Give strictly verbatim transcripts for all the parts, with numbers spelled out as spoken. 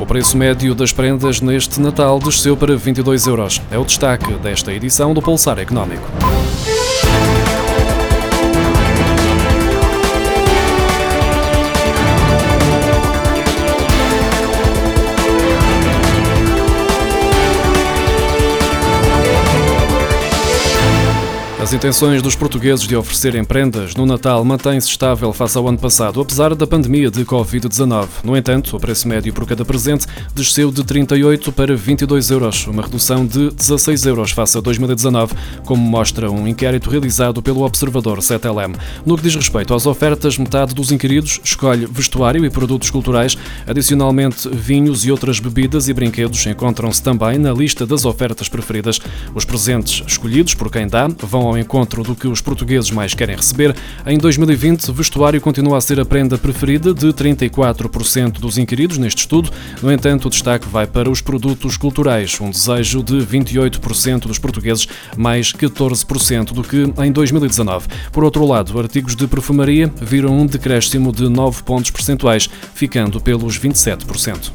preço médio das prendas neste Natal desceu para vinte e dois euros. É o destaque desta edição do Pulsar Económico. As intenções dos portugueses de oferecerem prendas no Natal mantêm-se estável face ao ano passado, apesar da pandemia de covid dezanove. No entanto, o preço médio por cada presente desceu de trinta e oito para vinte e dois euros, uma redução de dezasseis euros face a dois mil e dezanove, como mostra um inquérito realizado pelo Observador C T L M. No que diz respeito às ofertas, metade dos inquiridos escolhe vestuário e produtos culturais. Adicionalmente, vinhos e outras bebidas e brinquedos encontram-se também na lista das ofertas preferidas. Os presentes escolhidos por quem dá vão ao encontro do que os portugueses mais querem receber. Em dois mil e vinte, vestuário continua a ser a prenda preferida de trinta e quatro por cento dos inquiridos neste estudo. No entanto, o destaque vai para os produtos culturais, um desejo de vinte e oito por cento dos portugueses, mais catorze por cento do que em dois mil e dezanove. Por outro lado, artigos de perfumaria viram um decréscimo de nove pontos percentuais, ficando pelos vinte e sete por cento.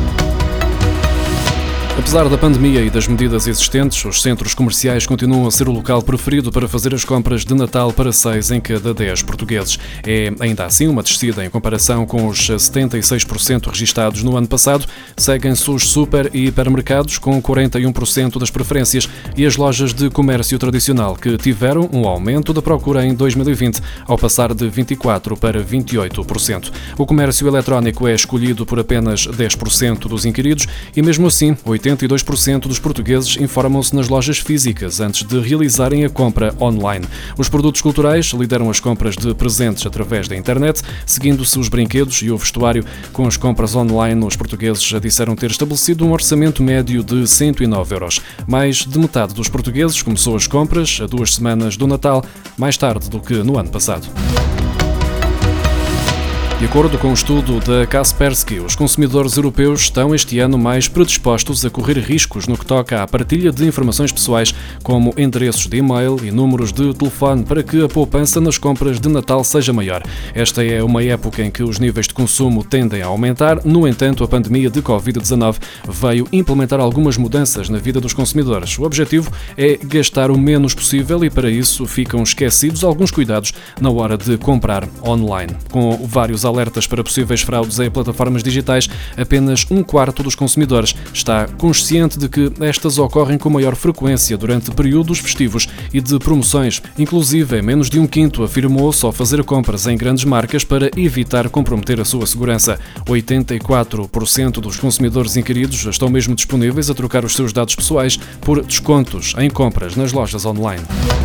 Apesar da pandemia e das medidas existentes, os centros comerciais continuam a ser o local preferido para fazer as compras de Natal para seis em cada dez portugueses. É ainda assim uma descida em comparação com os setenta e seis por cento registados no ano passado. Seguem-se os super e hipermercados com quarenta e um por cento das preferências e as lojas de comércio tradicional, que tiveram um aumento da procura em dois mil e vinte, ao passar de vinte e quatro por cento para vinte e oito por cento. O comércio eletrónico é escolhido por apenas dez por cento dos inquiridos e, mesmo assim, oitenta e dois por cento dos portugueses informam-se nas lojas físicas antes de realizarem a compra online. Os produtos culturais lideram as compras de presentes através da internet, seguindo-se os brinquedos e o vestuário. Com as compras online, os portugueses já disseram ter estabelecido um orçamento médio de cento e nove euros. Mais de metade dos portugueses começou as compras a duas semanas do Natal, mais tarde do que no ano passado. De acordo com um estudo da Kaspersky, os consumidores europeus estão este ano mais predispostos a correr riscos no que toca à partilha de informações pessoais, como endereços de e-mail e números de telefone, para que a poupança nas compras de Natal seja maior. Esta é uma época em que os níveis de consumo tendem a aumentar. No entanto, a pandemia de covid dezanove veio implementar algumas mudanças na vida dos consumidores. O objetivo é gastar o menos possível e, para isso, ficam esquecidos alguns cuidados na hora de comprar online. Com vários alertas para possíveis fraudes em plataformas digitais, apenas um quarto dos consumidores está consciente de que estas ocorrem com maior frequência durante períodos festivos e de promoções. Inclusive, menos de um quinto afirmou só fazer compras em grandes marcas para evitar comprometer a sua segurança. oitenta e quatro por cento dos consumidores inquiridos estão mesmo disponíveis a trocar os seus dados pessoais por descontos em compras nas lojas online.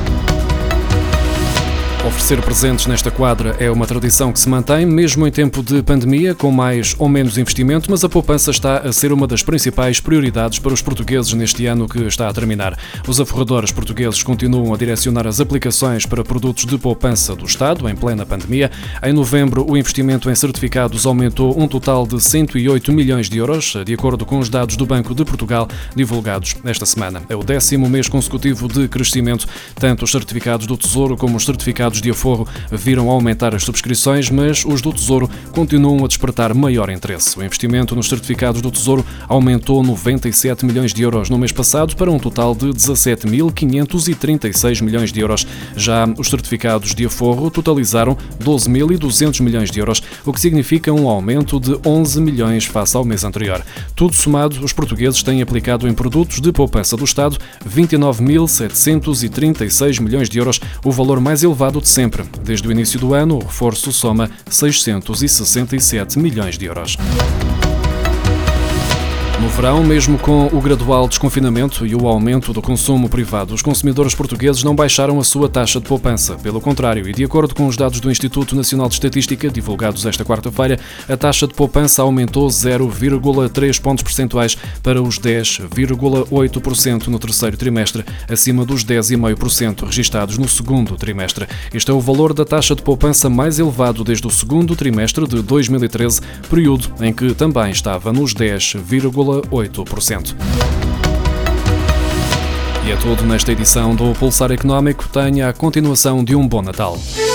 Oferecer presentes nesta quadra é uma tradição que se mantém, mesmo em tempo de pandemia, com mais ou menos investimento, mas a poupança está a ser uma das principais prioridades para os portugueses neste ano que está a terminar. Os aforradores portugueses continuam a direcionar as aplicações para produtos de poupança do Estado, em plena pandemia. Em novembro, o investimento em certificados aumentou um total de cento e oito milhões de euros, de acordo com os dados do Banco de Portugal divulgados esta semana. É o décimo mês consecutivo de crescimento. Tanto os certificados do Tesouro como os certificados de aforro viram aumentar as subscrições, mas os do Tesouro continuam a despertar maior interesse. O investimento nos certificados do Tesouro aumentou noventa e sete milhões de euros no mês passado para um total de dezassete mil quinhentos e trinta e seis milhões de euros. Já os certificados de aforro totalizaram doze mil e duzentos milhões de euros, o que significa um aumento de onze milhões face ao mês anterior. Tudo somado, os portugueses têm aplicado em produtos de poupança do Estado vinte e nove mil setecentos e trinta e seis milhões de euros, o valor mais elevado de sempre. Desde o início do ano, o reforço soma seiscentos e sessenta e sete milhões de euros. No verão, mesmo com o gradual desconfinamento e o aumento do consumo privado, os consumidores portugueses não baixaram a sua taxa de poupança. Pelo contrário, e de acordo com os dados do Instituto Nacional de Estatística, divulgados esta quarta-feira, a taxa de poupança aumentou zero vírgula três pontos percentuais para os dez vírgula oito por cento no terceiro trimestre, acima dos dez vírgula cinco por cento registados no segundo trimestre. Este é o valor da taxa de poupança mais elevado desde o segundo trimestre de dois mil e treze, período em que também estava nos dez vírgula oito por cento. E é tudo nesta edição do Pulsar Económico. Tenha a continuação de um bom Natal.